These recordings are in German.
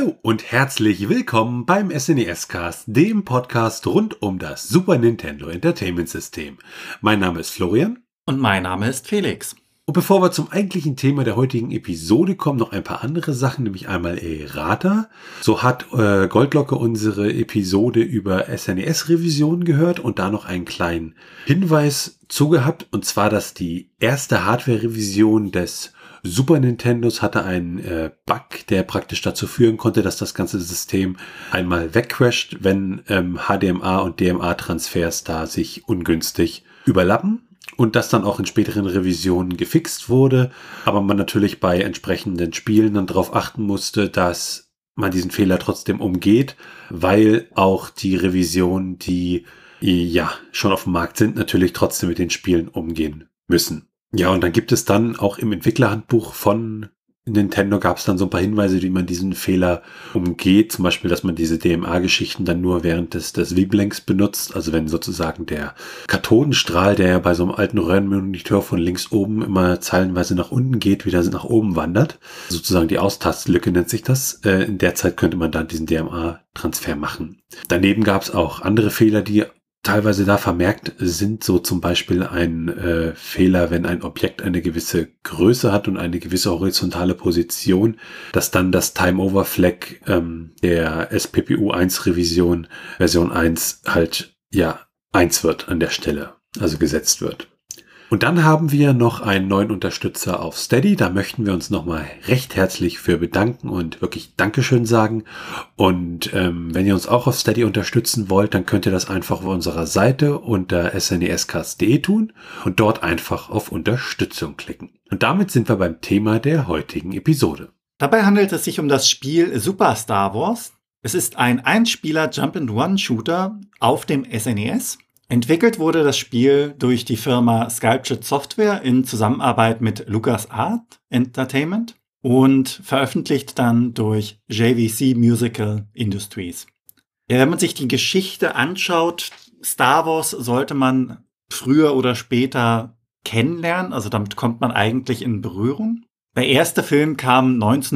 Hallo und herzlich willkommen beim SNES-Cast, dem Podcast rund um das Super Nintendo Entertainment System. Mein Name ist Florian. Und mein Name ist Felix. Und bevor wir zum eigentlichen Thema der heutigen Episode kommen, noch ein paar andere Sachen, nämlich einmal Errata. So hat Goldlocke unsere Episode über SNES-Revisionen gehört und da noch einen kleinen Hinweis zugehabt. Und zwar, dass die erste Hardware-Revision des Super Nintendos hatte einen Bug, der praktisch dazu führen konnte, dass das ganze System einmal wegcrasht, wenn HDMA und DMA-Transfers da sich ungünstig überlappen. Und das dann auch in späteren Revisionen gefixt wurde, aber man natürlich bei entsprechenden Spielen dann darauf achten musste, dass man diesen Fehler trotzdem umgeht, weil auch die Revisionen, die ja schon auf dem Markt sind, natürlich trotzdem mit den Spielen umgehen müssen. Ja, und dann gibt es dann auch im Entwicklerhandbuch von Nintendo gab es dann so ein paar Hinweise, wie man diesen Fehler umgeht. Zum Beispiel, dass man diese DMA-Geschichten dann nur während des Wavelinks benutzt. Also wenn sozusagen der Kathodenstrahl, der ja bei so einem alten Röhrenmonitor von links oben immer zeilenweise nach unten geht, wieder nach oben wandert. Sozusagen die Austastlücke nennt sich das. In der Zeit könnte man dann diesen DMA-Transfer machen. Daneben gab es auch andere Fehler, die teilweise da vermerkt sind, so zum Beispiel ein Fehler, wenn ein Objekt eine gewisse Größe hat und eine gewisse horizontale Position, dass dann das Time-Over-Flag der SPPU1-Revision Version 1 halt 1 wird an der Stelle, also gesetzt wird. Und dann haben wir noch einen neuen Unterstützer auf Steady. Da möchten wir uns nochmal recht herzlich für bedanken und wirklich Dankeschön sagen. Und wenn ihr uns auch auf Steady unterstützen wollt, dann könnt ihr das einfach auf unserer Seite unter snescast.de tun und dort einfach auf Unterstützung klicken. Und damit sind wir beim Thema der heutigen Episode. Dabei handelt es sich um das Spiel Super Star Wars. Es ist ein Einspieler-Jump-and-Run-Shooter auf dem SNES. Entwickelt wurde das Spiel durch die Firma Sculpted Software in Zusammenarbeit mit LucasArts Entertainment und veröffentlicht dann durch JVC Musical Industries. Ja, wenn man sich die Geschichte anschaut, Star Wars sollte man früher oder später kennenlernen, also damit kommt man eigentlich in Berührung. Der erste Film kam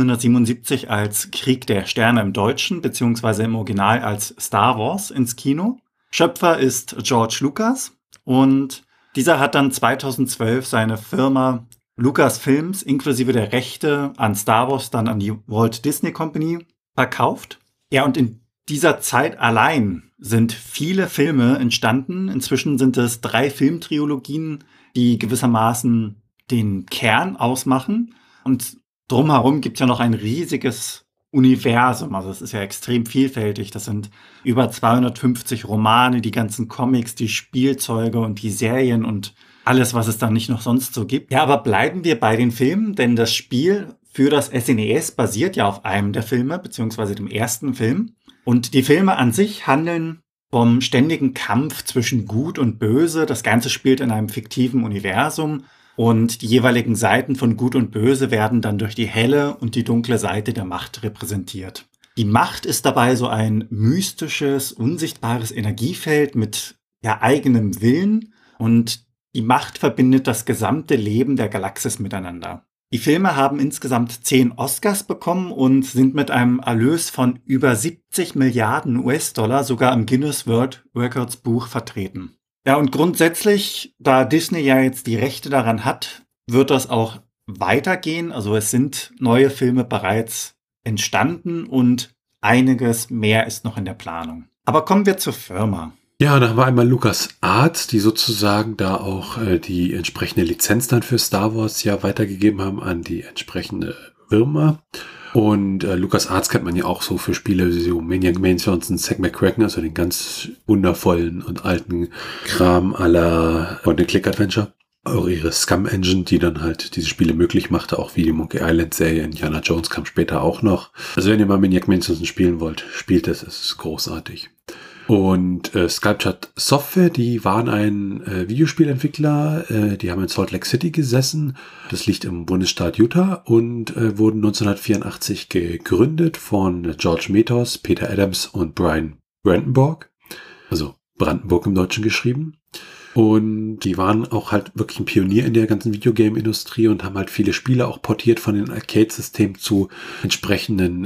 1977 als Krieg der Sterne im Deutschen, beziehungsweise im Original als Star Wars ins Kino. Schöpfer ist George Lucas und dieser hat dann 2012 seine Firma Lucasfilms inklusive der Rechte an Star Wars dann an die Walt Disney Company verkauft. Ja, und in dieser Zeit allein sind viele Filme entstanden. Inzwischen sind es 3 Filmtrilogien, die gewissermaßen den Kern ausmachen. Und drumherum gibt es ja noch ein riesiges Universum, also es ist ja extrem vielfältig. Das sind über 250 Romane, die ganzen Comics, die Spielzeuge und die Serien und alles, was es dann nicht noch sonst so gibt. Ja, aber bleiben wir bei den Filmen, denn das Spiel für das SNES basiert ja auf einem der Filme, beziehungsweise dem ersten Film. Und die Filme an sich handeln vom ständigen Kampf zwischen Gut und Böse. Das Ganze spielt in einem fiktiven Universum. Und die jeweiligen Seiten von Gut und Böse werden dann durch die helle und die dunkle Seite der Macht repräsentiert. Die Macht ist dabei so ein mystisches, unsichtbares Energiefeld mit eigenem Willen und die Macht verbindet das gesamte Leben der Galaxis miteinander. Die Filme haben insgesamt 10 Oscars bekommen und sind mit einem Erlös von über 70 Milliarden US-Dollar sogar im Guinness World Records Buch vertreten. Ja, und grundsätzlich, da Disney ja jetzt die Rechte daran hat, wird das auch weitergehen. Also es sind neue Filme bereits entstanden und einiges mehr ist noch in der Planung. Aber kommen wir zur Firma. Ja, da haben wir einmal LucasArts, die sozusagen da auch die entsprechende Lizenz dann für Star Wars ja weitergegeben haben an die entsprechende Firma. Und LucasArts kennt man ja auch so für Spiele wie so Maniac Mansions und Zack McCracken, also den ganz wundervollen und alten Kram à la Point-and-Click-Adventure. Auch ihre Scum-Engine, die dann halt diese Spiele möglich machte, auch wie die Monkey Island-Serie. Indiana Jones kam später auch noch. Also wenn ihr mal Maniac Mansions spielen wollt, spielt es ist großartig. Und Sculpted Software, die waren ein Videospielentwickler, die haben in Salt Lake City gesessen, das liegt im Bundesstaat Utah und wurden 1984 gegründet von George Metos, Peter Adams und Brian Brandenburg, also Brandenburg im Deutschen geschrieben. Und die waren auch halt wirklich ein Pionier in der ganzen Videogame-Industrie und haben halt viele Spiele auch portiert von den Arcade-Systemen zu entsprechenden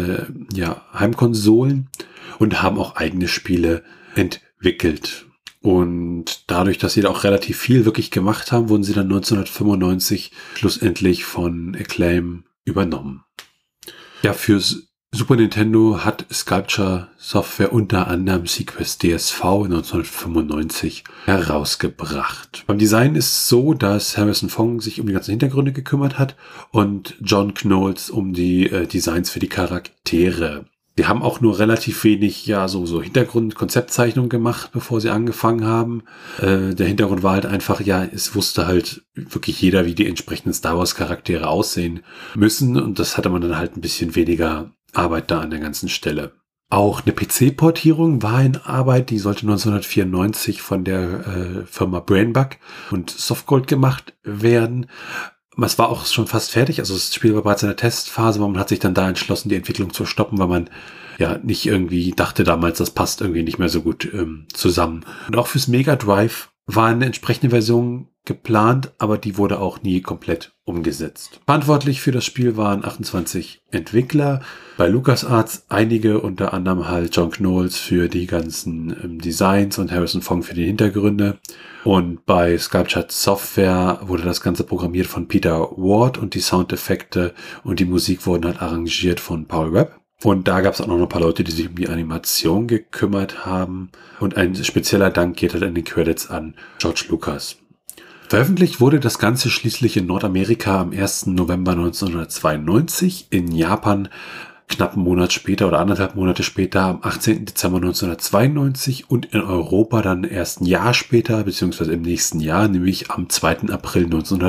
Heimkonsolen und haben auch eigene Spiele entwickelt. Und dadurch, dass sie da auch relativ viel wirklich gemacht haben, wurden sie dann 1995 schlussendlich von Acclaim übernommen. Ja, fürs Super Nintendo hat Sculpture Software unter anderem Sequest DSV 1995 herausgebracht. Beim Design ist es so, dass Harrison Fong sich um die ganzen Hintergründe gekümmert hat und John Knowles um die Designs für die Charaktere. Sie haben auch nur relativ wenig, so Hintergrund-Konzeptzeichnungen gemacht, bevor sie angefangen haben. Der Hintergrund war halt einfach, es wusste halt wirklich jeder, wie die entsprechenden Star Wars-Charaktere aussehen müssen. Und das hatte man dann halt ein bisschen weniger Arbeit da an der ganzen Stelle. Auch eine PC-Portierung war in Arbeit, die sollte 1994 von der Firma Brainbug und Softgold gemacht werden. Es war auch schon fast fertig, also das Spiel war bereits in der Testphase, aber man hat sich dann da entschlossen, die Entwicklung zu stoppen, weil man nicht irgendwie dachte damals, das passt irgendwie nicht mehr so gut zusammen. Und auch fürs Mega Drive war eine entsprechende Version geplant, aber die wurde auch nie komplett umgesetzt. Verantwortlich für das Spiel waren 28 Entwickler, bei LucasArts einige, unter anderem halt John Knowles für die ganzen Designs und Harrison Fong für die Hintergründe. Und bei Sculpture Software wurde das Ganze programmiert von Peter Ward und die Soundeffekte und die Musik wurden halt arrangiert von Paul Webb. Und da gab es auch noch ein paar Leute, die sich um die Animation gekümmert haben. Und ein spezieller Dank geht halt in den Credits an George Lucas. Veröffentlicht wurde das Ganze schließlich in Nordamerika am 1. November 1992, in Japan knapp einen Monat später oder 1,5 Monate später am 18. Dezember 1992 und in Europa dann erst ein Jahr später, beziehungsweise im nächsten Jahr, nämlich am 2. April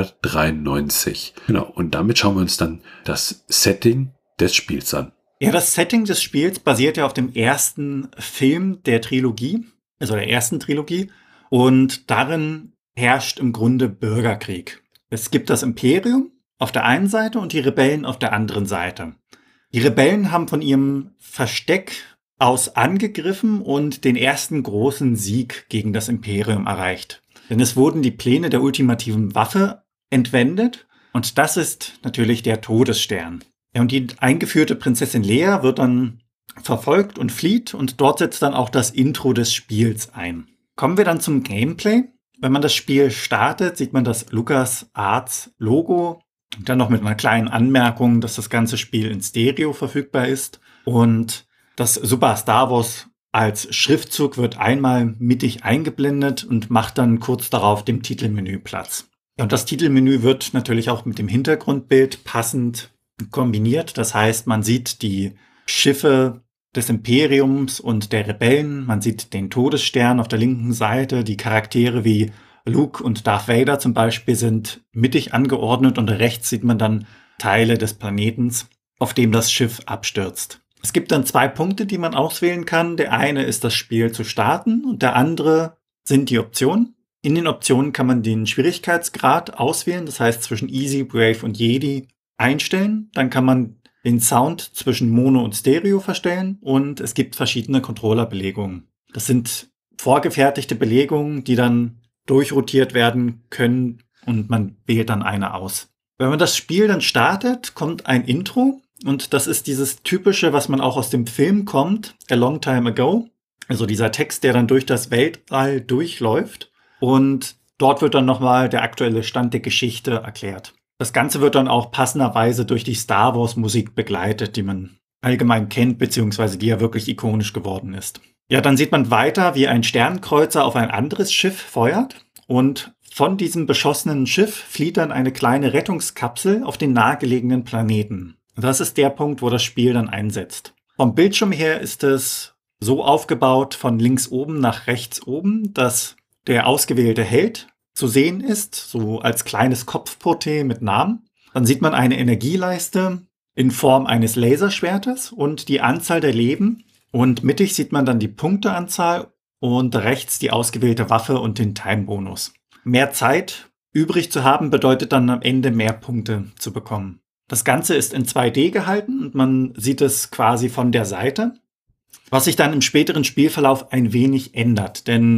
1993. Genau, und damit schauen wir uns dann das Setting des Spiels an. Ja, das Setting des Spiels basiert ja auf dem ersten Film der Trilogie, also der ersten Trilogie. Und darin herrscht im Grunde Bürgerkrieg. Es gibt das Imperium auf der einen Seite und die Rebellen auf der anderen Seite. Die Rebellen haben von ihrem Versteck aus angegriffen und den ersten großen Sieg gegen das Imperium erreicht. Denn es wurden die Pläne der ultimativen Waffe entwendet und das ist natürlich der Todesstern. Ja, und die eingeführte Prinzessin Leia wird dann verfolgt und flieht und dort setzt dann auch das Intro des Spiels ein. Kommen wir dann zum Gameplay. Wenn man das Spiel startet, sieht man das LucasArts Logo. Und dann noch mit einer kleinen Anmerkung, dass das ganze Spiel in Stereo verfügbar ist. Und das Super Star Wars als Schriftzug wird einmal mittig eingeblendet und macht dann kurz darauf dem Titelmenü Platz. Und das Titelmenü wird natürlich auch mit dem Hintergrundbild passend kombiniert. Das heißt, man sieht die Schiffe des Imperiums und der Rebellen. Man sieht den Todesstern auf der linken Seite. Die Charaktere wie Luke und Darth Vader zum Beispiel sind mittig angeordnet und rechts sieht man dann Teile des Planetens, auf dem das Schiff abstürzt. Es gibt dann 2 Punkte, die man auswählen kann. Der eine ist, das Spiel zu starten und der andere sind die Optionen. In den Optionen kann man den Schwierigkeitsgrad auswählen, das heißt zwischen Easy, Brave und Jedi einstellen. Dann kann man den Sound zwischen Mono und Stereo verstellen und es gibt verschiedene Controllerbelegungen. Das sind vorgefertigte Belegungen, die dann durchrotiert werden können und man wählt dann eine aus. Wenn man das Spiel dann startet, kommt ein Intro und das ist dieses typische, was man auch aus dem Film kommt, A Long Time Ago. Also dieser Text, der dann durch das Weltall durchläuft und dort wird dann nochmal der aktuelle Stand der Geschichte erklärt. Das Ganze wird dann auch passenderweise durch die Star Wars Musik begleitet, die man allgemein kennt, beziehungsweise die ja wirklich ikonisch geworden ist. Ja, dann sieht man weiter, wie ein Sternkreuzer auf ein anderes Schiff feuert und von diesem beschossenen Schiff flieht dann eine kleine Rettungskapsel auf den nahegelegenen Planeten. Das ist der Punkt, wo das Spiel dann einsetzt. Vom Bildschirm her ist es so aufgebaut von links oben nach rechts oben, dass der ausgewählte Held zu sehen ist, so als kleines Kopfporträt mit Namen. Dann sieht man eine Energieleiste in Form eines Laserschwertes und die Anzahl der Leben. Und mittig sieht man dann die Punkteanzahl und rechts die ausgewählte Waffe und den Time-Bonus. Mehr Zeit übrig zu haben, bedeutet dann am Ende mehr Punkte zu bekommen. Das Ganze ist in 2D gehalten und man sieht es quasi von der Seite, was sich dann im späteren Spielverlauf ein wenig ändert. Denn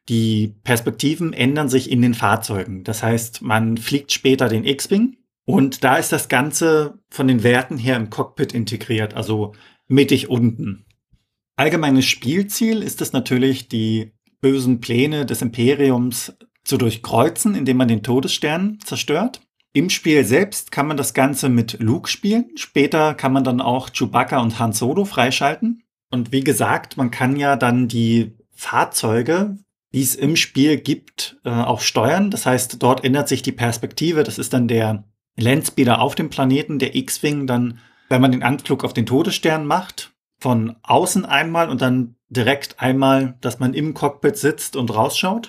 Die Perspektiven ändern sich in den Fahrzeugen. Das heißt, man fliegt später den X-Wing und da ist das Ganze von den Werten her im Cockpit integriert, also mittig unten. Allgemeines Spielziel ist es natürlich, die bösen Pläne des Imperiums zu durchkreuzen, indem man den Todesstern zerstört. Im Spiel selbst kann man das Ganze mit Luke spielen. Später kann man dann auch Chewbacca und Han Solo freischalten. Und wie gesagt, man kann ja dann die Fahrzeuge, die es im Spiel gibt, auch steuern. Das heißt, dort ändert sich die Perspektive. Das ist dann der Landspeeder auf dem Planeten, der X-Wing, dann, wenn man den Anflug auf den Todesstern macht, von außen einmal und dann direkt einmal, dass man im Cockpit sitzt und rausschaut.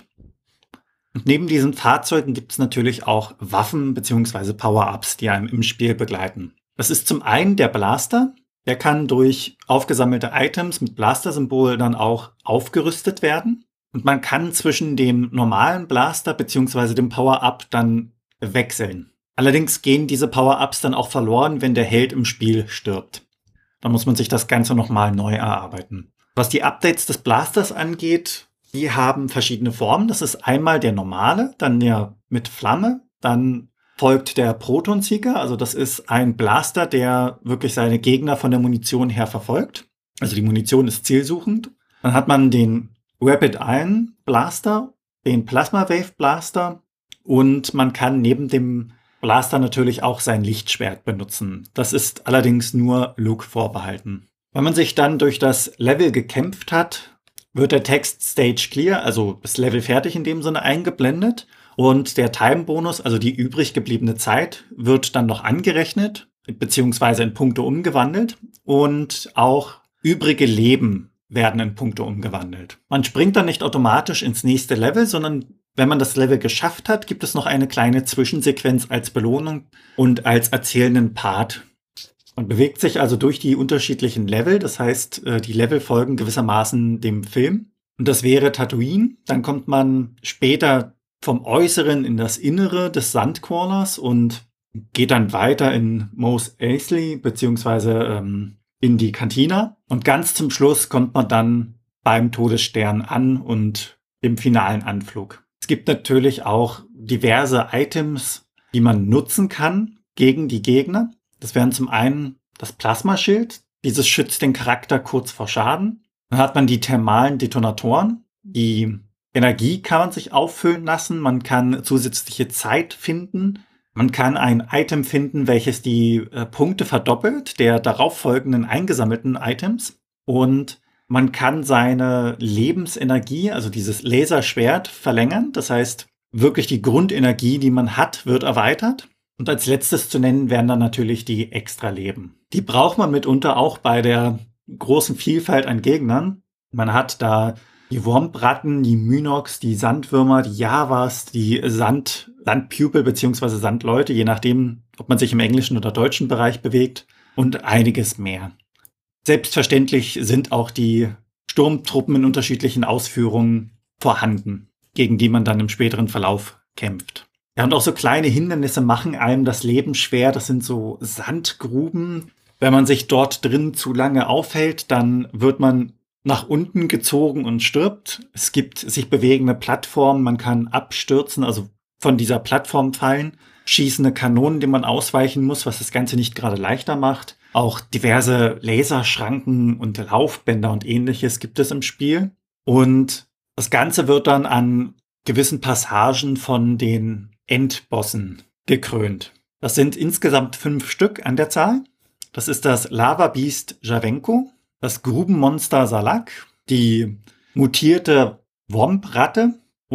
Und neben diesen Fahrzeugen gibt es natürlich auch Waffen bzw. Power-Ups, die einem im Spiel begleiten. Das ist zum einen der Blaster. Der kann durch aufgesammelte Items mit Blaster-Symbol dann auch aufgerüstet werden. Und man kann zwischen dem normalen Blaster bzw. dem Power-Up dann wechseln. Allerdings gehen diese Power-Ups dann auch verloren, wenn der Held im Spiel stirbt. Dann muss man sich das Ganze nochmal neu erarbeiten. Was die Updates des Blasters angeht, die haben verschiedene Formen. Das ist einmal der normale, dann der mit Flamme, dann folgt der Proton-Seeker. Also das ist ein Blaster, der wirklich seine Gegner von der Munition her verfolgt. Also die Munition ist zielsuchend. Dann hat man den Rapid Ion Blaster, den Plasma Wave Blaster und man kann neben dem Blaster natürlich auch sein Lichtschwert benutzen. Das ist allerdings nur Luke vorbehalten. Wenn man sich dann durch das Level gekämpft hat, wird der Text Stage Clear, also das Level fertig in dem Sinne, eingeblendet. Und der Time-Bonus, also die übrig gebliebene Zeit, wird dann noch angerechnet, beziehungsweise in Punkte umgewandelt. Und auch übrige Leben werden in Punkte umgewandelt. Man springt dann nicht automatisch ins nächste Level, sondern wenn man das Level geschafft hat, gibt es noch eine kleine Zwischensequenz als Belohnung und als erzählenden Part. Man bewegt sich also durch die unterschiedlichen Level, das heißt, die Level folgen gewissermaßen dem Film. Und das wäre Tatooine. Dann kommt man später vom Äußeren in das Innere des Sandcrawlers und geht dann weiter in Mos Eisley beziehungsweise in die Kantina. Und ganz zum Schluss kommt man dann beim Todesstern an und im finalen Anflug. Es gibt natürlich auch diverse Items, die man nutzen kann gegen die Gegner. Das wären zum einen das Plasmaschild. Dieses schützt den Charakter kurz vor Schaden. Dann hat man die thermalen Detonatoren. Die Energie kann man sich auffüllen lassen. Man kann zusätzliche Zeit finden. Man kann ein Item finden, welches die Punkte verdoppelt, der darauffolgenden eingesammelten Items. Und man kann seine Lebensenergie, also dieses Laserschwert, verlängern. Das heißt, wirklich die Grundenergie, die man hat, wird erweitert. Und als letztes zu nennen wären dann natürlich die Extra-Leben. Die braucht man mitunter auch bei der großen Vielfalt an Gegnern. Man hat da die Womp-Ratten, die Mynox, die Sandwürmer, die Javas, die Sandpupil bzw. Sandleute, je nachdem, ob man sich im englischen oder deutschen Bereich bewegt und einiges mehr. Selbstverständlich sind auch die Sturmtruppen in unterschiedlichen Ausführungen vorhanden, gegen die man dann im späteren Verlauf kämpft. Ja, und auch so kleine Hindernisse machen einem das Leben schwer. Das sind so Sandgruben. Wenn man sich dort drin zu lange aufhält, dann wird man nach unten gezogen und stirbt. Es gibt sich bewegende Plattformen, man kann abstürzen, also von dieser Plattform fallen. Schießende Kanonen, denen man ausweichen muss, was das Ganze nicht gerade leichter macht. Auch diverse Laserschranken und Laufbänder und ähnliches gibt es im Spiel. Und das Ganze wird dann an gewissen Passagen von den Endbossen gekrönt. Das sind insgesamt 5 Stück an der Zahl. Das ist das Lava-Biest Javenko, das Grubenmonster Salak, die mutierte Womp-Ratte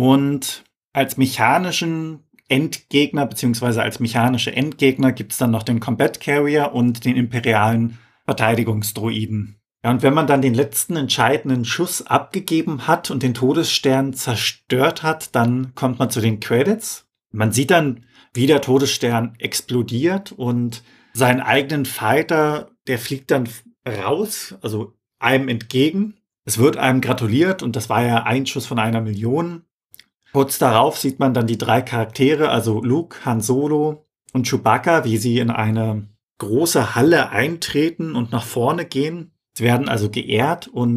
und als mechanischen Endgegner bzw. als mechanische Endgegner gibt es dann noch den Combat Carrier und den imperialen Verteidigungsdroiden. Ja, und wenn man dann den letzten entscheidenden Schuss abgegeben hat und den Todesstern zerstört hat, dann kommt man zu den Credits. Man sieht dann, wie der Todesstern explodiert und seinen eigenen Fighter, der fliegt dann raus, also einem entgegen. Es wird einem gratuliert und das war ja ein Schuss von 1 Million. Kurz darauf sieht man dann die 3 Charaktere, also Luke, Han Solo und Chewbacca, wie sie in eine große Halle eintreten und nach vorne gehen. Sie werden also geehrt und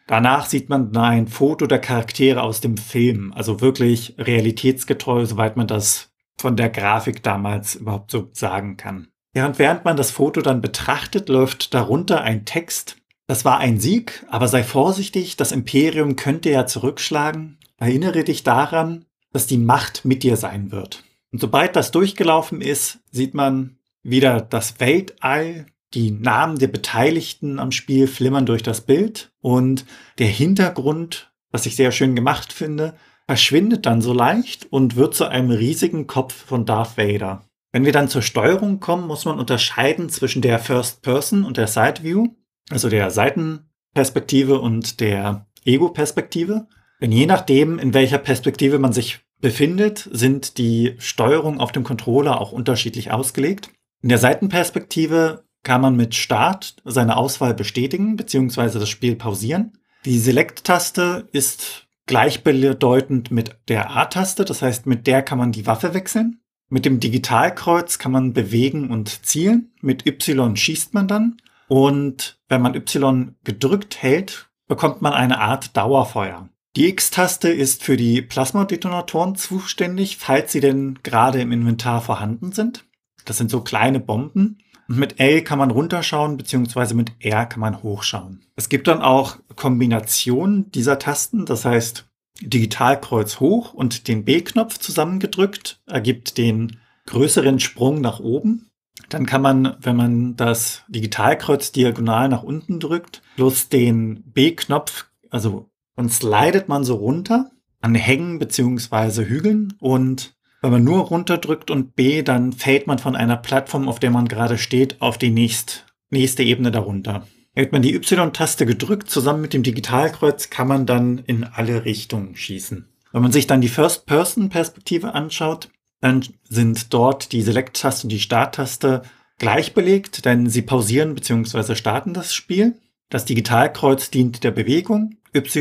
Danach sieht man ein Foto der Charaktere aus dem Film, also wirklich realitätsgetreu, soweit man das von der Grafik damals überhaupt so sagen kann. Ja, und während man das Foto dann betrachtet, läuft darunter ein Text. Das war ein Sieg, aber sei vorsichtig, das Imperium könnte ja zurückschlagen. Erinnere dich daran, dass die Macht mit dir sein wird. Und sobald das durchgelaufen ist, sieht man wieder das Weltall. Die Namen der Beteiligten am Spiel flimmern durch das Bild und der Hintergrund, was ich sehr schön gemacht finde, verschwindet dann so leicht und wird zu einem riesigen Kopf von Darth Vader. Wenn wir dann zur Steuerung kommen, muss man unterscheiden zwischen der First Person und der Side View, also der Seitenperspektive und der Ego-Perspektive. Denn je nachdem, in welcher Perspektive man sich befindet, sind die Steuerungen auf dem Controller auch unterschiedlich ausgelegt. In der Seitenperspektive kann man mit Start seine Auswahl bestätigen bzw. das Spiel pausieren. Die Select-Taste ist gleichbedeutend mit der A-Taste, das heißt, mit der kann man die Waffe wechseln. Mit dem Digitalkreuz kann man bewegen und zielen. Mit Y schießt man dann. Und wenn man Y gedrückt hält, bekommt man eine Art Dauerfeuer. Die X-Taste ist für die Plasmadetonatoren zuständig, falls sie denn gerade im Inventar vorhanden sind. Das sind so kleine Bomben. Und mit L kann man runterschauen, beziehungsweise mit R kann man hochschauen. Es gibt dann auch Kombinationen dieser Tasten, das heißt Digitalkreuz hoch und den B-Knopf zusammengedrückt ergibt den größeren Sprung nach oben. Dann kann man, wenn man das Digitalkreuz diagonal nach unten drückt, plus den B-Knopf, also und slidet man so runter an Hängen beziehungsweise Hügeln und wenn man nur runterdrückt und B, dann fällt man von einer Plattform, auf der man gerade steht, auf die nächste Ebene darunter. Hält man die Y-Taste gedrückt, zusammen mit dem Digitalkreuz, kann man dann in alle Richtungen schießen. Wenn man sich dann die First-Person-Perspektive anschaut, dann sind dort die Select-Taste und die Start-Taste gleich belegt, denn sie pausieren bzw. starten das Spiel. Das Digitalkreuz dient der Bewegung,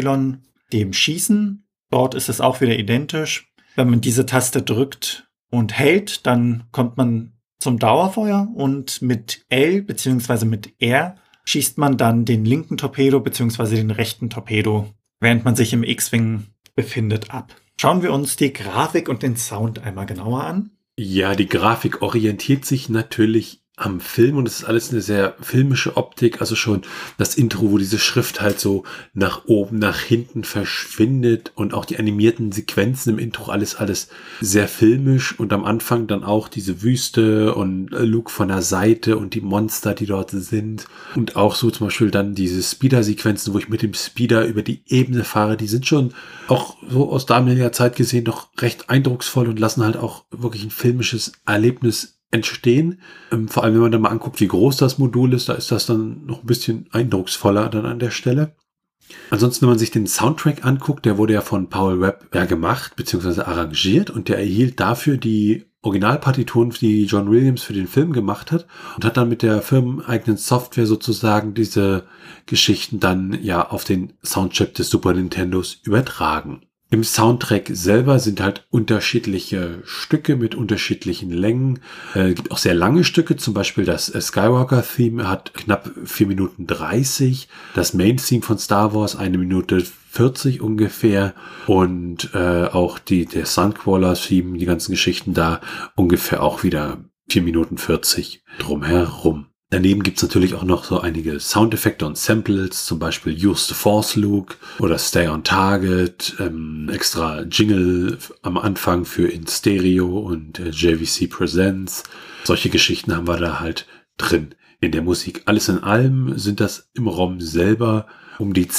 Y dem Schießen. Dort ist es auch wieder identisch. Wenn man diese Taste drückt und hält, dann kommt man zum Dauerfeuer und mit L bzw. mit R schießt man dann den linken Torpedo bzw. den rechten Torpedo, während man sich im X-Wing befindet, ab. Schauen wir uns die Grafik und den Sound einmal genauer an. Ja, die Grafik orientiert sich natürlich am Film und es ist alles eine sehr filmische Optik, also schon das Intro, wo diese Schrift halt so nach oben, nach hinten verschwindet und auch die animierten Sequenzen im Intro, alles sehr filmisch und am Anfang dann auch diese Wüste und Luke von der Seite und die Monster, die dort sind und auch so zum Beispiel dann diese Speeder-Sequenzen, wo ich mit dem Speeder über die Ebene fahre, die sind schon auch so aus damaliger Zeit gesehen noch recht eindrucksvoll und lassen halt auch wirklich ein filmisches Erlebnis entstehen. Vor allem, wenn man dann mal anguckt, wie groß das Modul ist, da ist das dann noch ein bisschen eindrucksvoller dann an der Stelle. Ansonsten, wenn man sich den Soundtrack anguckt, der wurde ja von Paul Webb gemacht, beziehungsweise arrangiert und der erhielt dafür die Originalpartituren, die John Williams für den Film gemacht hat und hat dann mit der firmeneigenen Software sozusagen diese Geschichten dann ja auf den Soundchip des Super Nintendos übertragen. Im Soundtrack selber sind halt unterschiedliche Stücke mit unterschiedlichen Längen. Gibt auch sehr lange Stücke, zum Beispiel das Skywalker-Theme hat knapp 4 Minuten 30. Das Main-Theme von Star Wars 1 Minute 40 ungefähr. Und auch der Sunqualler-Theme, die ganzen Geschichten da ungefähr auch wieder 4 Minuten 40 drumherum. Daneben gibt's natürlich auch noch so einige Soundeffekte und Samples, zum Beispiel Use the Force Luke oder Stay on Target, extra Jingle am Anfang für In Stereo und JVC Presents. Solche Geschichten haben wir da halt drin in der Musik. Alles in allem sind das im ROM selber um die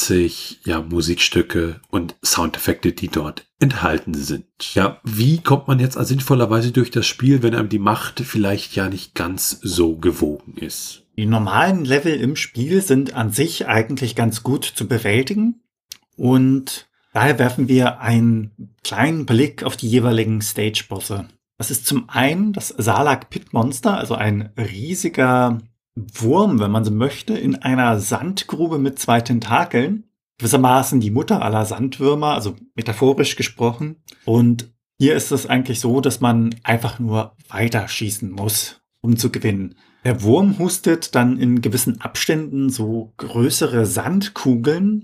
20 Musikstücke und Soundeffekte, die dort enthalten sind. Ja, wie kommt man jetzt sinnvollerweise durch das Spiel, wenn einem die Macht vielleicht ja nicht ganz so gewogen ist? Die normalen Level im Spiel sind an sich eigentlich ganz gut zu bewältigen und daher werfen wir einen kleinen Blick auf die jeweiligen Stage-Bosse. Das ist zum einen das Sarlacc Pit Monster, also ein riesiger Wurm, wenn man so möchte, in einer Sandgrube mit 2 Tentakeln. Gewissermaßen die Mutter aller Sandwürmer, also metaphorisch gesprochen. Und hier ist es eigentlich so, dass man einfach nur weiterschießen muss, um zu gewinnen. Der Wurm hustet dann in gewissen Abständen so größere Sandkugeln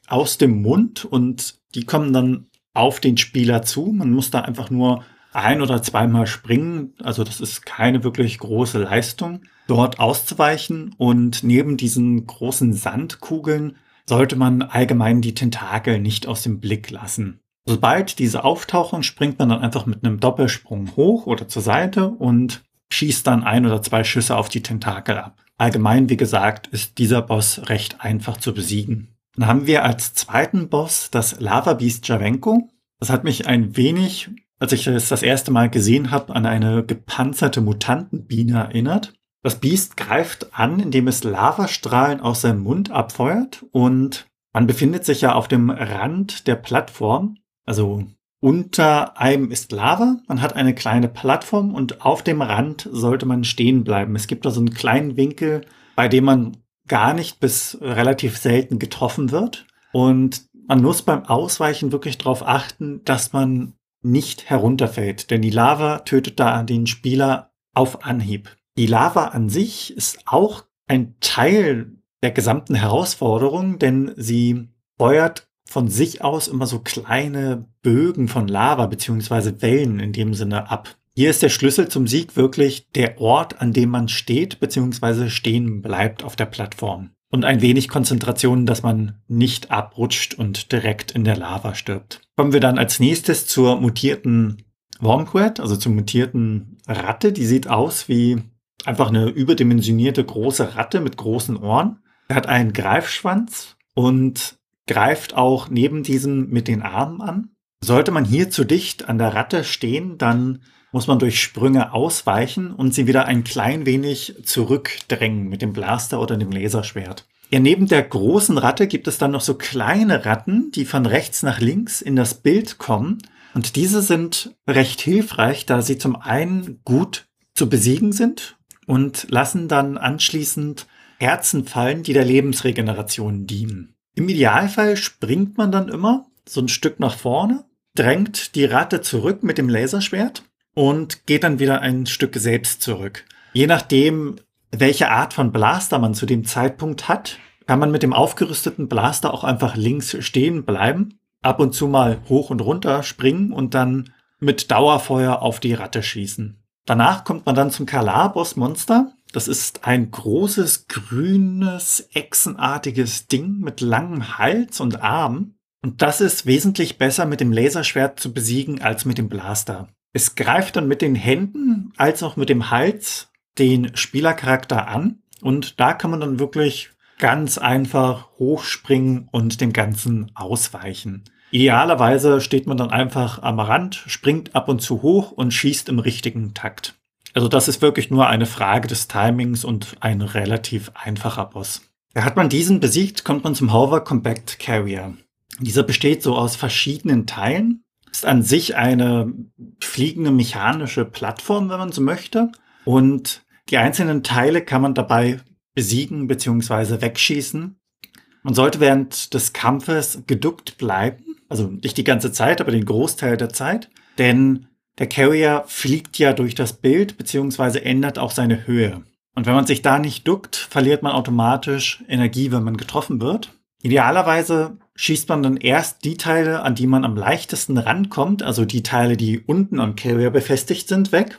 aus dem Mund und die kommen dann auf den Spieler zu. Man muss da einfach nur 1- oder zweimal springen. Also das ist keine wirklich große Leistung, dort auszuweichen. Und neben diesen großen Sandkugeln sollte man allgemein die Tentakel nicht aus dem Blick lassen. Sobald diese auftauchen, springt man dann einfach mit einem Doppelsprung hoch oder zur Seite und schießt dann 1 oder 2 Schüsse auf die Tentakel ab. Allgemein, wie gesagt, ist dieser Boss recht einfach zu besiegen. Dann haben wir als zweiten Boss das Lava Beast Javenko. Das hat mich ein wenig, als ich es das erste Mal gesehen habe, an eine gepanzerte Mutantenbiene erinnert. Das Biest greift an, indem es Lavastrahlen aus seinem Mund abfeuert und man befindet sich ja auf dem Rand der Plattform. Also unter einem ist Lava, man hat eine kleine Plattform und auf dem Rand sollte man stehen bleiben. Es gibt da so einen kleinen Winkel, bei dem man gar nicht bis relativ selten getroffen wird. Und man muss beim Ausweichen wirklich darauf achten, dass man nicht herunterfällt, denn die Lava tötet da den Spieler auf Anhieb. Die Lava an sich ist auch ein Teil der gesamten Herausforderung, denn sie feuert von sich aus immer so kleine Bögen von Lava bzw. Wellen in dem Sinne ab. Hier ist der Schlüssel zum Sieg wirklich der Ort, an dem man steht bzw. stehen bleibt auf der Plattform. Und ein wenig Konzentration, dass man nicht abrutscht und direkt in der Lava stirbt. Kommen wir dann als nächstes zur mutierten Wurmcoit, also zur mutierten Ratte. Die sieht aus wie einfach eine überdimensionierte große Ratte mit großen Ohren. Er hat einen Greifschwanz und greift auch neben diesem mit den Armen an. Sollte man hier zu dicht an der Ratte stehen, dann muss man durch Sprünge ausweichen und sie wieder ein klein wenig zurückdrängen mit dem Blaster oder dem Laserschwert. Ja, neben der großen Ratte gibt es dann noch so kleine Ratten, die von rechts nach links in das Bild kommen. Und diese sind recht hilfreich, da sie zum einen gut zu besiegen sind und lassen dann anschließend Herzen fallen, die der Lebensregeneration dienen. Im Idealfall springt man dann immer so ein Stück nach vorne, drängt die Ratte zurück mit dem Laserschwert und geht dann wieder ein Stück selbst zurück. Je nachdem, welche Art von Blaster man zu dem Zeitpunkt hat, kann man mit dem aufgerüsteten Blaster auch einfach links stehen bleiben, ab und zu mal hoch und runter springen und dann mit Dauerfeuer auf die Ratte schießen. Danach kommt man dann zum Kalar-Boss-Monster. Das ist ein großes, grünes, echsenartiges Ding mit langem Hals und Armen. Und das ist wesentlich besser mit dem Laserschwert zu besiegen als mit dem Blaster. Es greift dann mit den Händen als auch mit dem Hals den Spielercharakter an. Und da kann man dann wirklich ganz einfach hochspringen und dem Ganzen ausweichen. Idealerweise steht man dann einfach am Rand, springt ab und zu hoch und schießt im richtigen Takt. Also das ist wirklich nur eine Frage des Timings und ein relativ einfacher Boss. Hat man diesen besiegt, kommt man zum Hover Compact Carrier. Dieser besteht so aus verschiedenen Teilen, ist an sich eine fliegende mechanische Plattform, wenn man so möchte. Und die einzelnen Teile kann man dabei besiegen bzw. wegschießen. Man sollte während des Kampfes geduckt bleiben, also nicht die ganze Zeit, aber den Großteil der Zeit, denn der Carrier fliegt ja durch das Bild bzw. ändert auch seine Höhe. Und wenn man sich da nicht duckt, verliert man automatisch Energie, wenn man getroffen wird. Idealerweise schießt man dann erst die Teile, an die man am leichtesten rankommt, also die Teile, die unten am Carrier befestigt sind, weg.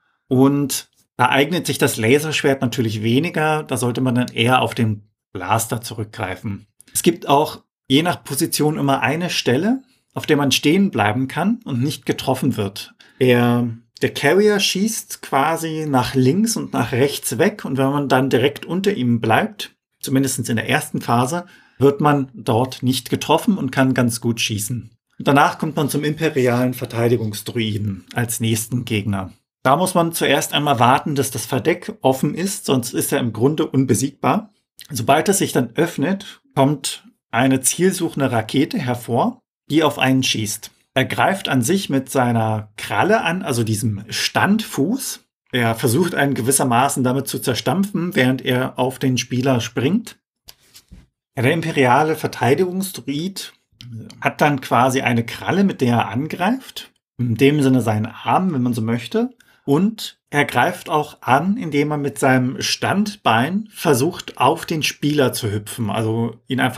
Und da eignet sich das Laserschwert natürlich weniger, da sollte man dann eher auf den Blaster zurückgreifen. Es gibt auch je nach Position immer eine Stelle, auf der man stehen bleiben kann und nicht getroffen wird. Der Carrier schießt quasi nach links und nach rechts weg und wenn man dann direkt unter ihm bleibt, zumindest in der ersten Phase, wird man dort nicht getroffen und kann ganz gut schießen. Und danach kommt man zum imperialen Verteidigungsdruiden als nächsten Gegner. Da muss man zuerst einmal warten, dass das Verdeck offen ist, sonst ist er im Grunde unbesiegbar. Sobald es sich dann öffnet, kommt eine zielsuchende Rakete hervor, die auf einen schießt. Er greift an sich mit seiner Kralle an, also diesem Standfuß. Er versucht einen gewissermaßen damit zu zerstampfen, während er auf den Spieler springt. Ja, der imperiale Verteidigungsdruid hat dann quasi eine Kralle, mit der er angreift. In dem Sinne seinen Arm, wenn man so möchte. Und er greift auch an, indem er mit seinem Standbein versucht, auf den Spieler zu hüpfen. Also ihn einfach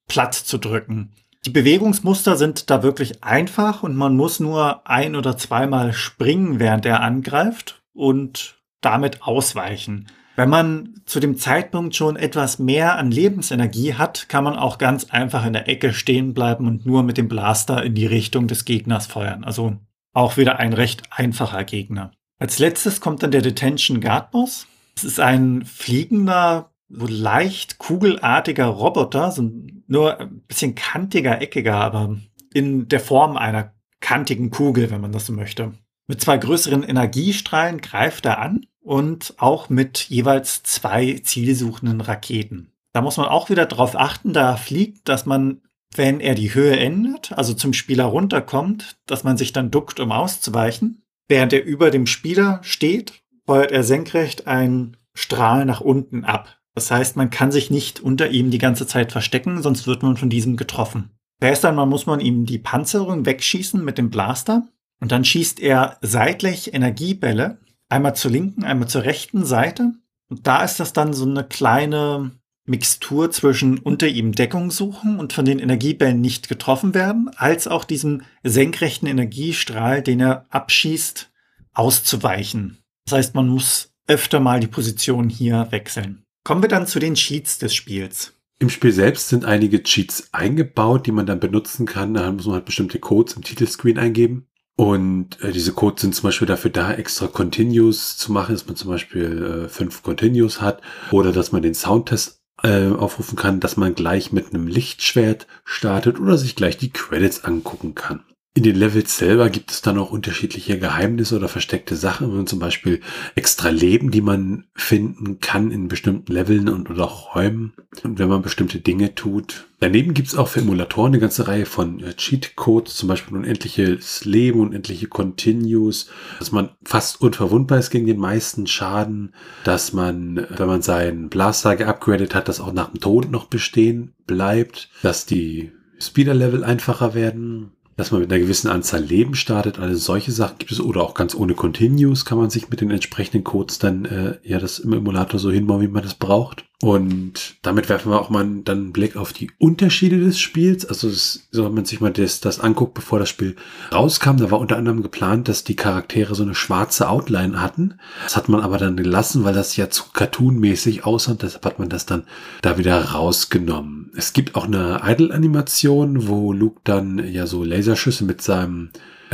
platt zu drücken. Die Bewegungsmuster sind da wirklich einfach und man muss nur 1- oder zweimal springen, während er angreift und damit ausweichen. Wenn man zu dem Zeitpunkt schon etwas mehr an Lebensenergie hat, kann man auch ganz einfach in der Ecke stehen bleiben und nur mit dem Blaster in die Richtung des Gegners feuern. Also auch wieder ein recht einfacher Gegner. Als letztes kommt dann der Detention Guard Boss. Es ist ein fliegender, so leicht kugelartiger Roboter, so nur ein bisschen kantiger, eckiger, aber in der Form einer kantigen Kugel, wenn man das so möchte. Mit 2 größeren Energiestrahlen greift er an und auch mit jeweils 2 zielsuchenden Raketen. Da muss man auch wieder darauf achten, da fliegt, dass man, wenn er die Höhe ändert, also zum Spieler runterkommt, dass man sich dann duckt, um auszuweichen. Während er über dem Spieler steht, feuert er senkrecht einen Strahl nach unten ab. Das heißt, man kann sich nicht unter ihm die ganze Zeit verstecken, sonst wird man von diesem getroffen. Erst einmal muss man ihm die Panzerung wegschießen mit dem Blaster und dann schießt er seitlich Energiebälle, einmal zur linken, einmal zur rechten Seite. Und da ist das dann so eine kleine Mixtur zwischen unter ihm Deckung suchen und von den Energiebällen nicht getroffen werden, als auch diesem senkrechten Energiestrahl, den er abschießt, auszuweichen. Das heißt, man muss öfter mal die Position hier wechseln. Kommen wir dann zu den Cheats des Spiels. Im Spiel selbst sind einige Cheats eingebaut, die man dann benutzen kann. Da muss man halt bestimmte Codes im Titelscreen eingeben. Und diese Codes sind zum Beispiel dafür da, extra Continues zu machen, dass man zum Beispiel 5 Continues hat oder dass man den Soundtest aufrufen kann, dass man gleich mit einem Lichtschwert startet oder sich gleich die Credits angucken kann. In den Levels selber gibt es dann auch unterschiedliche Geheimnisse oder versteckte Sachen, und zum Beispiel extra Leben, die man finden kann in bestimmten Leveln oder auch Räumen, und wenn man bestimmte Dinge tut. Daneben gibt es auch für Emulatoren eine ganze Reihe von Cheat-Codes, zum Beispiel unendliches Leben, unendliche Continues, dass man fast unverwundbar ist gegen den meisten Schaden, dass man, wenn man seinen Blaster geupgradet hat, das auch nach dem Tod noch bestehen bleibt, dass die Speeder-Level einfacher werden, dass man mit einer gewissen Anzahl Leben startet. Also solche Sachen gibt es, oder auch ganz ohne Continues kann man sich mit den entsprechenden Codes dann das im Emulator so hinbauen, wie man das braucht. Und damit werfen wir auch mal dann einen Blick auf die Unterschiede des Spiels. Also so, wenn man sich mal das anguckt, bevor das Spiel rauskam, da war unter anderem geplant, dass die Charaktere so eine schwarze Outline hatten. Das hat man aber dann gelassen, weil das ja zu cartoonmäßig aussah, und deshalb hat man das dann da wieder rausgenommen. Es gibt auch eine Idle-Animation, wo Luke dann ja so Laserschüsse mit seinem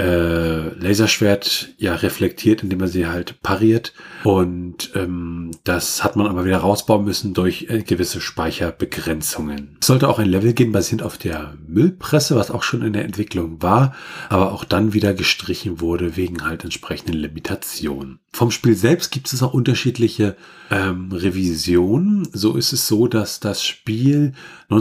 Laserschwert reflektiert, indem er sie halt pariert, und das hat man aber wieder rausbauen müssen durch gewisse Speicherbegrenzungen. Es sollte auch ein Level gehen, basierend auf der Müllpresse, was auch schon in der Entwicklung war, aber auch dann wieder gestrichen wurde wegen halt entsprechenden Limitationen. Vom Spiel selbst gibt es auch unterschiedliche Revisionen. So ist es so, dass das Spiel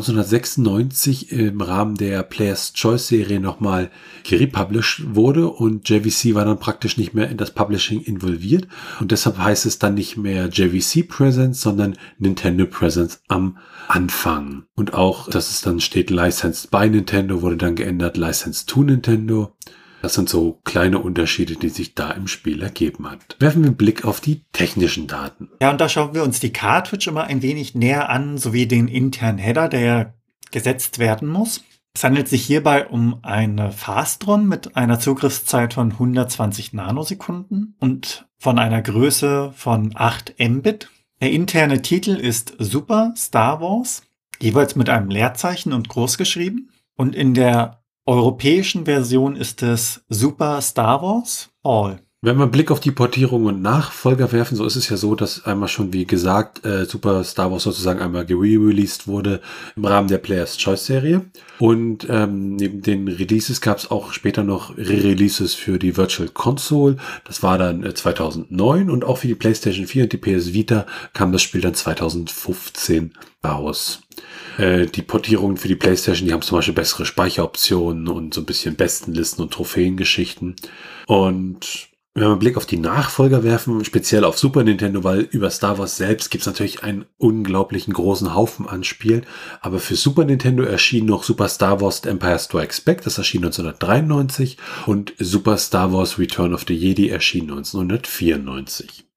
1996 im Rahmen der Player's Choice Serie nochmal gerepublished wurde, und JVC war dann praktisch nicht mehr in das Publishing involviert, und deshalb heißt es dann nicht mehr JVC Presents, sondern Nintendo Presents am Anfang. Und auch, dass es dann steht Licensed by Nintendo, wurde dann geändert Licensed to Nintendo. Das sind so kleine Unterschiede, die sich da im Spiel ergeben hat. Werfen wir einen Blick auf die technischen Daten. Ja, und da schauen wir uns die Cartridge immer ein wenig näher an, sowie den internen Header, der gesetzt werden muss. Es handelt sich hierbei um eine Fastron mit einer Zugriffszeit von 120 Nanosekunden und von einer Größe von 8 Mbit. Der interne Titel ist Super Star Wars, jeweils mit einem Leerzeichen und groß geschrieben. Und in der europäischen Version ist es Super Star Wars All. Wenn wir einen Blick auf die Portierung und Nachfolger werfen, so ist es ja so, dass einmal schon, wie gesagt, Super Star Wars sozusagen einmal re-released wurde im Rahmen der Player's Choice Serie. Und neben den Releases gab es auch später noch Re-Releases für die Virtual Console. Das war dann 2009, und auch für die PlayStation 4 und die PS Vita kam das Spiel dann 2015 raus. Die Portierungen für die PlayStation, die haben zum Beispiel bessere Speicheroptionen und so ein bisschen Bestenlisten und Trophäengeschichten. Und wenn wir einen Blick auf die Nachfolger werfen, speziell auf Super Nintendo, weil über Star Wars selbst gibt es natürlich einen unglaublichen großen Haufen an Spielen, aber für Super Nintendo erschien noch Super Star Wars The Empire Strikes Back, das erschien 1993, und Super Star Wars Return of the Jedi erschien 1994.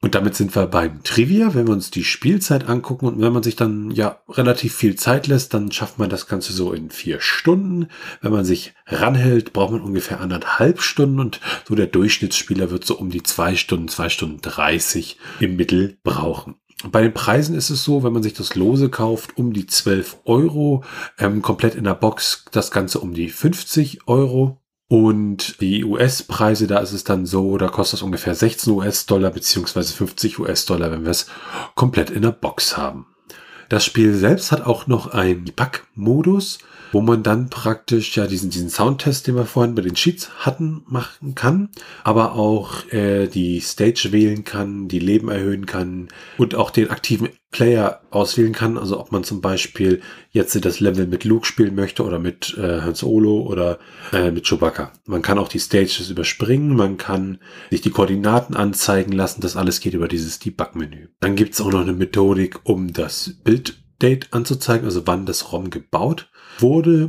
Und damit sind wir beim Trivia. Wenn wir uns die Spielzeit angucken und wenn man sich dann ja relativ viel Zeit lässt, dann schafft man das Ganze so in 4 Stunden. Wenn man sich ranhält, braucht man ungefähr 1,5 Stunden und so der Durchschnittsspieler wird so um die 2 Stunden, 2 Stunden 30 im Mittel brauchen. Bei den Preisen ist es so, wenn man sich das Lose kauft, um die 12 Euro, komplett in der Box das Ganze um die 50 Euro. Und die US-Preise, da ist es dann so, da kostet es ungefähr 16 US-Dollar beziehungsweise 50 US-Dollar, wenn wir es komplett in der Box haben. Das Spiel selbst hat auch noch einen Debug-Modus, wo man dann praktisch ja diesen Soundtest, den wir vorhin bei den Cheats hatten, machen kann, aber auch die Stage wählen kann, die Leben erhöhen kann und auch den aktiven Player auswählen kann, also ob man zum Beispiel jetzt das Level mit Luke spielen möchte oder mit Han Solo oder mit Chewbacca. Man kann auch die Stages überspringen, man kann sich die Koordinaten anzeigen lassen, das alles geht über dieses Debug-Menü. Dann gibt es auch noch eine Methodik, um das Build-Date anzuzeigen, also wann das ROM gebaut wurde.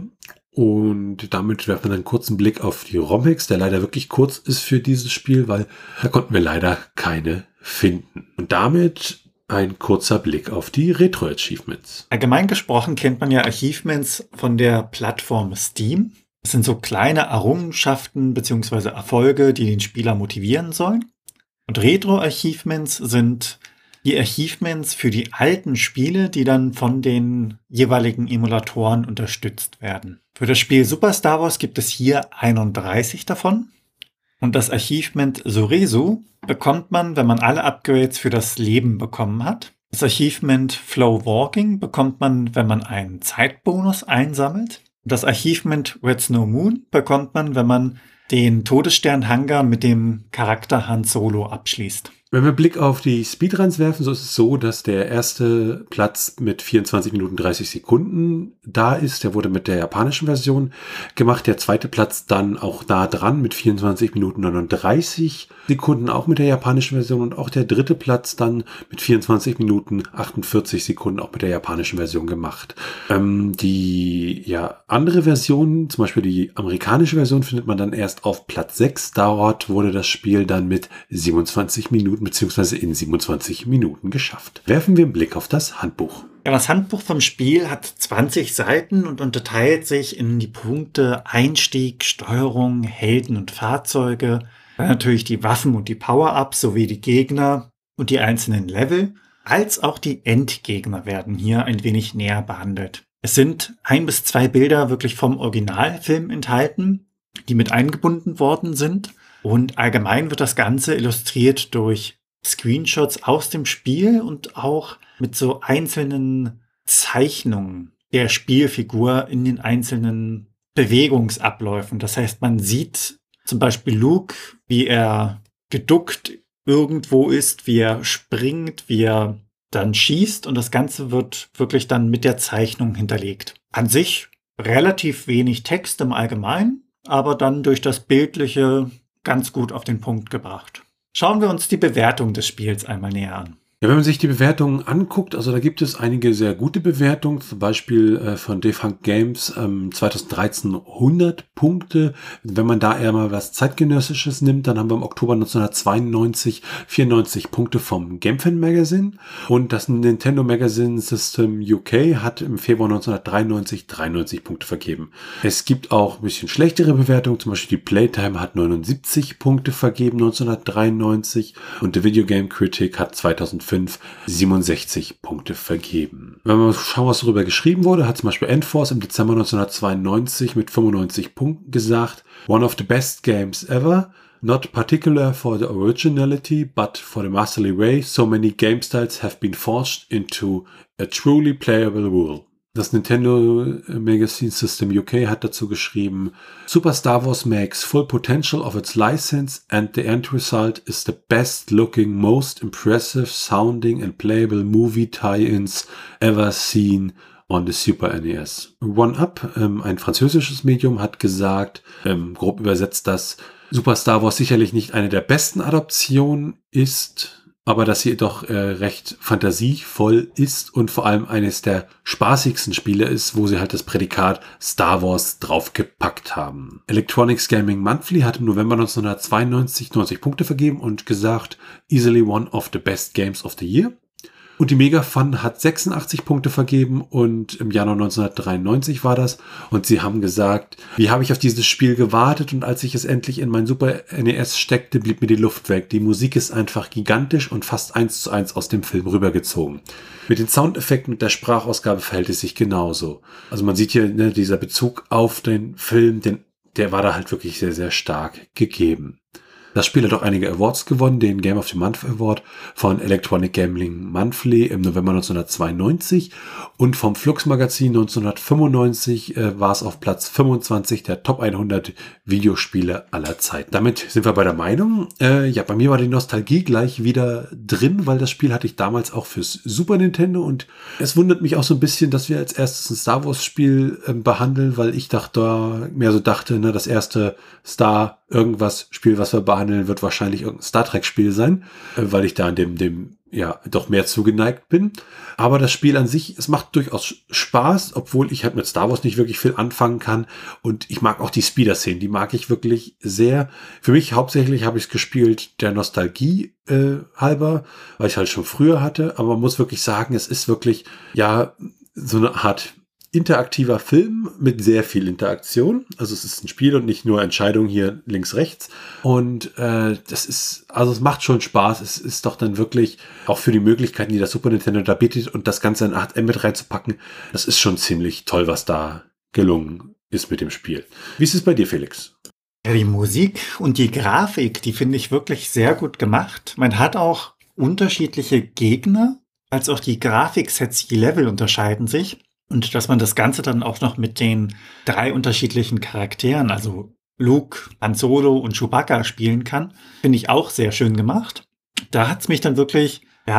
Und damit werfen wir einen kurzen Blick auf die ROM-Hacks, der leider wirklich kurz ist für dieses Spiel, weil da konnten wir leider keine finden. Und damit ein kurzer Blick auf die Retro-Achievements. Allgemein gesprochen kennt man ja Achievements von der Plattform Steam. Das sind so kleine Errungenschaften bzw. Erfolge, die den Spieler motivieren sollen. Und Retro-Achievements sind die Achievements für die alten Spiele, die dann von den jeweiligen Emulatoren unterstützt werden. Für das Spiel Super Star Wars gibt es hier 31 davon. Und das Achievement Soresu bekommt man, wenn man alle Upgrades für das Leben bekommen hat. Das Achievement Flow Walking bekommt man, wenn man einen Zeitbonus einsammelt. Das Achievement Red Snow Moon bekommt man, wenn man den Todesstern-Hangar mit dem Charakter Han Solo abschließt. Wenn wir einen Blick auf die Speedruns werfen, so ist es so, dass der erste Platz mit 24 Minuten 30 Sekunden da ist. Der wurde mit der japanischen Version gemacht. Der zweite Platz dann auch nah dran mit 24 Minuten 39 Sekunden, auch mit der japanischen Version. Und auch der dritte Platz dann mit 24 Minuten 48 Sekunden, auch mit der japanischen Version gemacht. Die andere Version, zum Beispiel die amerikanische Version, findet man dann erst auf Platz 6. Dort wurde das Spiel dann mit 27 Minuten beziehungsweise in 27 Minuten geschafft. Werfen wir einen Blick auf das Handbuch. Ja, das Handbuch vom Spiel hat 20 Seiten und unterteilt sich in die Punkte Einstieg, Steuerung, Helden und Fahrzeuge, dann natürlich die Waffen und die Power-Ups sowie die Gegner und die einzelnen Level, als auch die Endgegner werden hier ein wenig näher behandelt. Es sind 1 bis 2 Bilder wirklich vom Originalfilm enthalten, die mit eingebunden worden sind. Und allgemein wird das Ganze illustriert durch Screenshots aus dem Spiel und auch mit so einzelnen Zeichnungen der Spielfigur in den einzelnen Bewegungsabläufen. Das heißt, man sieht zum Beispiel Luke, wie er geduckt irgendwo ist, wie er springt, wie er dann schießt und das Ganze wird wirklich dann mit der Zeichnung hinterlegt. An sich relativ wenig Text im Allgemeinen, aber dann durch das Bildliche ganz gut auf den Punkt gebracht. Schauen wir uns die Bewertung des Spiels einmal näher an. Ja, wenn man sich die Bewertungen anguckt, also da gibt es einige sehr gute Bewertungen, zum Beispiel von Defunct Games 2013 100 Punkte. Wenn man da eher mal was Zeitgenössisches nimmt, dann haben wir im Oktober 1992 94 Punkte vom GameFan Magazine und das Nintendo Magazine System UK hat im Februar 1993 93 Punkte vergeben. Es gibt auch ein bisschen schlechtere Bewertungen, zum Beispiel die Playtime hat 79 Punkte vergeben 1993 und The Video Game Critic hat 2005 67 Punkte vergeben. Wenn wir schauen, was darüber geschrieben wurde, hat zum Beispiel Endforce im Dezember 1992 mit 95 Punkten gesagt, one of the best games ever, not particular for the originality, but for the masterly way so many game styles have been forged into a truly playable world. Das Nintendo Magazine System UK hat dazu geschrieben, Super Star Wars makes full potential of its license and the end result is the best looking, most impressive sounding and playable movie tie-ins ever seen on the Super NES. One-Up, ein französisches Medium, hat gesagt, grob übersetzt, dass Super Star Wars sicherlich nicht eine der besten Adaptionen ist aber dass sie doch recht fantasievoll ist und vor allem eines der spaßigsten Spiele ist, wo sie halt das Prädikat Star Wars draufgepackt haben. Electronics Gaming Monthly hat im November 1992 90 Punkte vergeben und gesagt, easily one of the best games of the year. Und die Mega Fun hat 86 Punkte vergeben und im Januar 1993 war das. Und sie haben gesagt, wie habe ich auf dieses Spiel gewartet und als ich es endlich in mein Super NES steckte, blieb mir die Luft weg. Die Musik ist einfach gigantisch und fast 1:1 aus dem Film rübergezogen. Mit den Soundeffekten und der Sprachausgabe verhält es sich genauso. Also man sieht hier, ne, dieser Bezug auf den Film, der war da halt wirklich sehr, sehr stark gegeben. Das Spiel hat auch einige Awards gewonnen, den Game of the Month Award von Electronic Gambling Monthly im November 1992 und vom Flux Magazin 1995 war es auf Platz 25 der Top 100 Videospiele aller Zeiten. Damit sind wir bei der Meinung. Ja, bei mir war die Nostalgie gleich wieder drin, weil das Spiel hatte ich damals auch fürs Super Nintendo und es wundert mich auch so ein bisschen, dass wir als erstes ein Star Wars Spiel behandeln, weil ich dachte, ne, das erste irgendwas Spiel, was wir behandeln, wird wahrscheinlich irgendein Star Trek Spiel sein, weil ich da an dem doch mehr zugeneigt bin. Aber das Spiel an sich, es macht durchaus Spaß, obwohl ich halt mit Star Wars nicht wirklich viel anfangen kann. Und ich mag auch die Speeder-Szenen, die mag ich wirklich sehr. Für mich hauptsächlich habe ich es gespielt der Nostalgie halber, weil ich halt schon früher hatte. Aber man muss wirklich sagen, es ist wirklich, ja, so eine Art interaktiver Film mit sehr viel Interaktion. Also es ist ein Spiel und nicht nur Entscheidungen hier links, rechts. Und es macht schon Spaß. Es ist doch dann wirklich auch für die Möglichkeiten, die das Super Nintendo da bietet und das Ganze in 8M mit reinzupacken. Das ist schon ziemlich toll, was da gelungen ist mit dem Spiel. Wie ist es bei dir, Felix? Ja, die Musik und die Grafik, die finde ich wirklich sehr gut gemacht. Man hat auch unterschiedliche Gegner, als auch die Grafiksets, die Level unterscheiden sich. Und dass man das Ganze dann auch noch mit den 3 unterschiedlichen Charakteren, also Luke, Han Solo und Chewbacca spielen kann, finde ich auch sehr schön gemacht. Da hat's mich dann wirklich,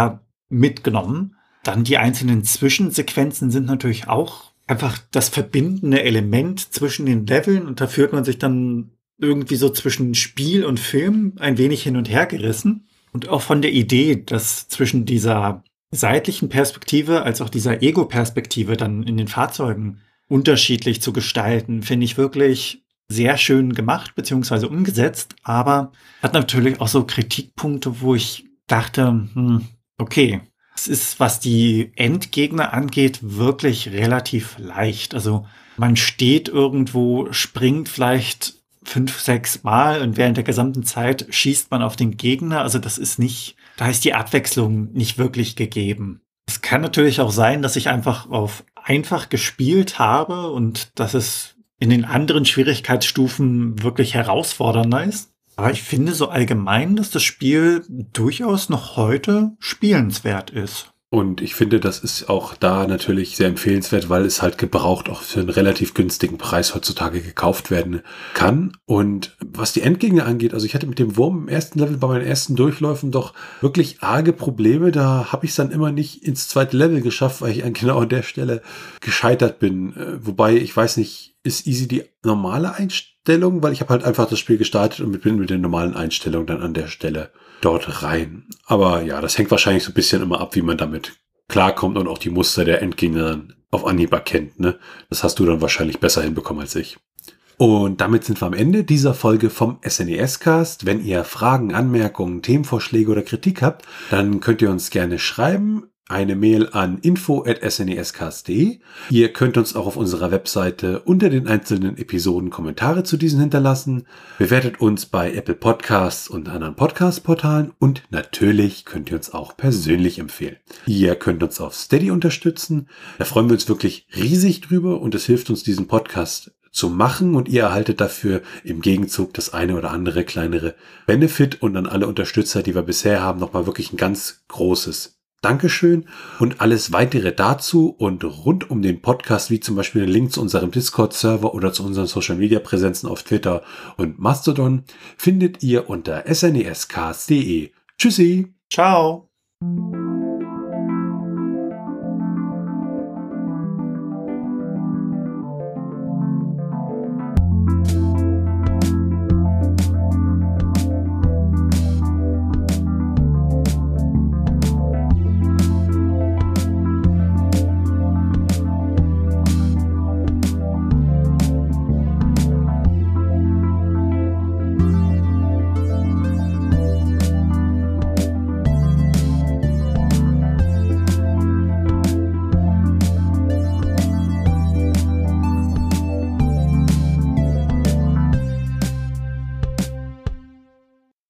mitgenommen. Dann die einzelnen Zwischensequenzen sind natürlich auch einfach das verbindende Element zwischen den Leveln und da fühlt man sich dann irgendwie so zwischen Spiel und Film ein wenig hin und her gerissen. Und auch von der Idee, dass zwischen dieser seitlichen Perspektive als auch dieser Ego-Perspektive dann in den Fahrzeugen unterschiedlich zu gestalten, finde ich wirklich sehr schön gemacht bzw. umgesetzt, aber hat natürlich auch so Kritikpunkte, wo ich dachte, okay, es ist, was die Endgegner angeht, wirklich relativ leicht. Also man steht irgendwo, springt vielleicht 5, 6 Mal und während der gesamten Zeit schießt man auf den Gegner. Also das ist nicht, da ist die Abwechslung nicht wirklich gegeben. Es kann natürlich auch sein, dass ich einfach auf einfach gespielt habe und dass es in den anderen Schwierigkeitsstufen wirklich herausfordernder ist. Aber ich finde so allgemein, dass das Spiel durchaus noch heute spielenswert ist. Und ich finde, das ist auch da natürlich sehr empfehlenswert, weil es halt gebraucht auch für einen relativ günstigen Preis heutzutage gekauft werden kann. Und was die Endgegner angeht, also ich hatte mit dem Wurm im ersten Level bei meinen ersten Durchläufen doch wirklich arge Probleme. Da habe ich es dann immer nicht ins zweite Level geschafft, weil ich genau an der Stelle gescheitert bin. Wobei, ich weiß nicht, ist easy die normale Einstellung? Weil ich habe halt einfach das Spiel gestartet und bin mit den normalen Einstellungen dann an der Stelle dort rein. Aber ja, das hängt wahrscheinlich so ein bisschen immer ab, wie man damit klarkommt und auch die Muster der Endgegner dann auf Anhieb erkennt, ne? Das hast du dann wahrscheinlich besser hinbekommen als ich. Und damit sind wir am Ende dieser Folge vom SNES-Cast. Wenn ihr Fragen, Anmerkungen, Themenvorschläge oder Kritik habt, dann könnt ihr uns gerne schreiben. Eine Mail an info@snescast.de. Ihr könnt uns auch auf unserer Webseite unter den einzelnen Episoden Kommentare zu diesen hinterlassen. Bewertet uns bei Apple Podcasts und anderen Podcast-Portalen und natürlich könnt ihr uns auch persönlich empfehlen. Ihr könnt uns auf Steady unterstützen. Da freuen wir uns wirklich riesig drüber und es hilft uns, diesen Podcast zu machen und ihr erhaltet dafür im Gegenzug das eine oder andere kleinere Benefit und an alle Unterstützer, die wir bisher haben, nochmal wirklich ein ganz großes Dankeschön und alles weitere dazu und rund um den Podcast, wie zum Beispiel den Link zu unserem Discord-Server oder zu unseren Social-Media-Präsenzen auf Twitter und Mastodon, findet ihr unter snescast.de. Tschüssi! Ciao!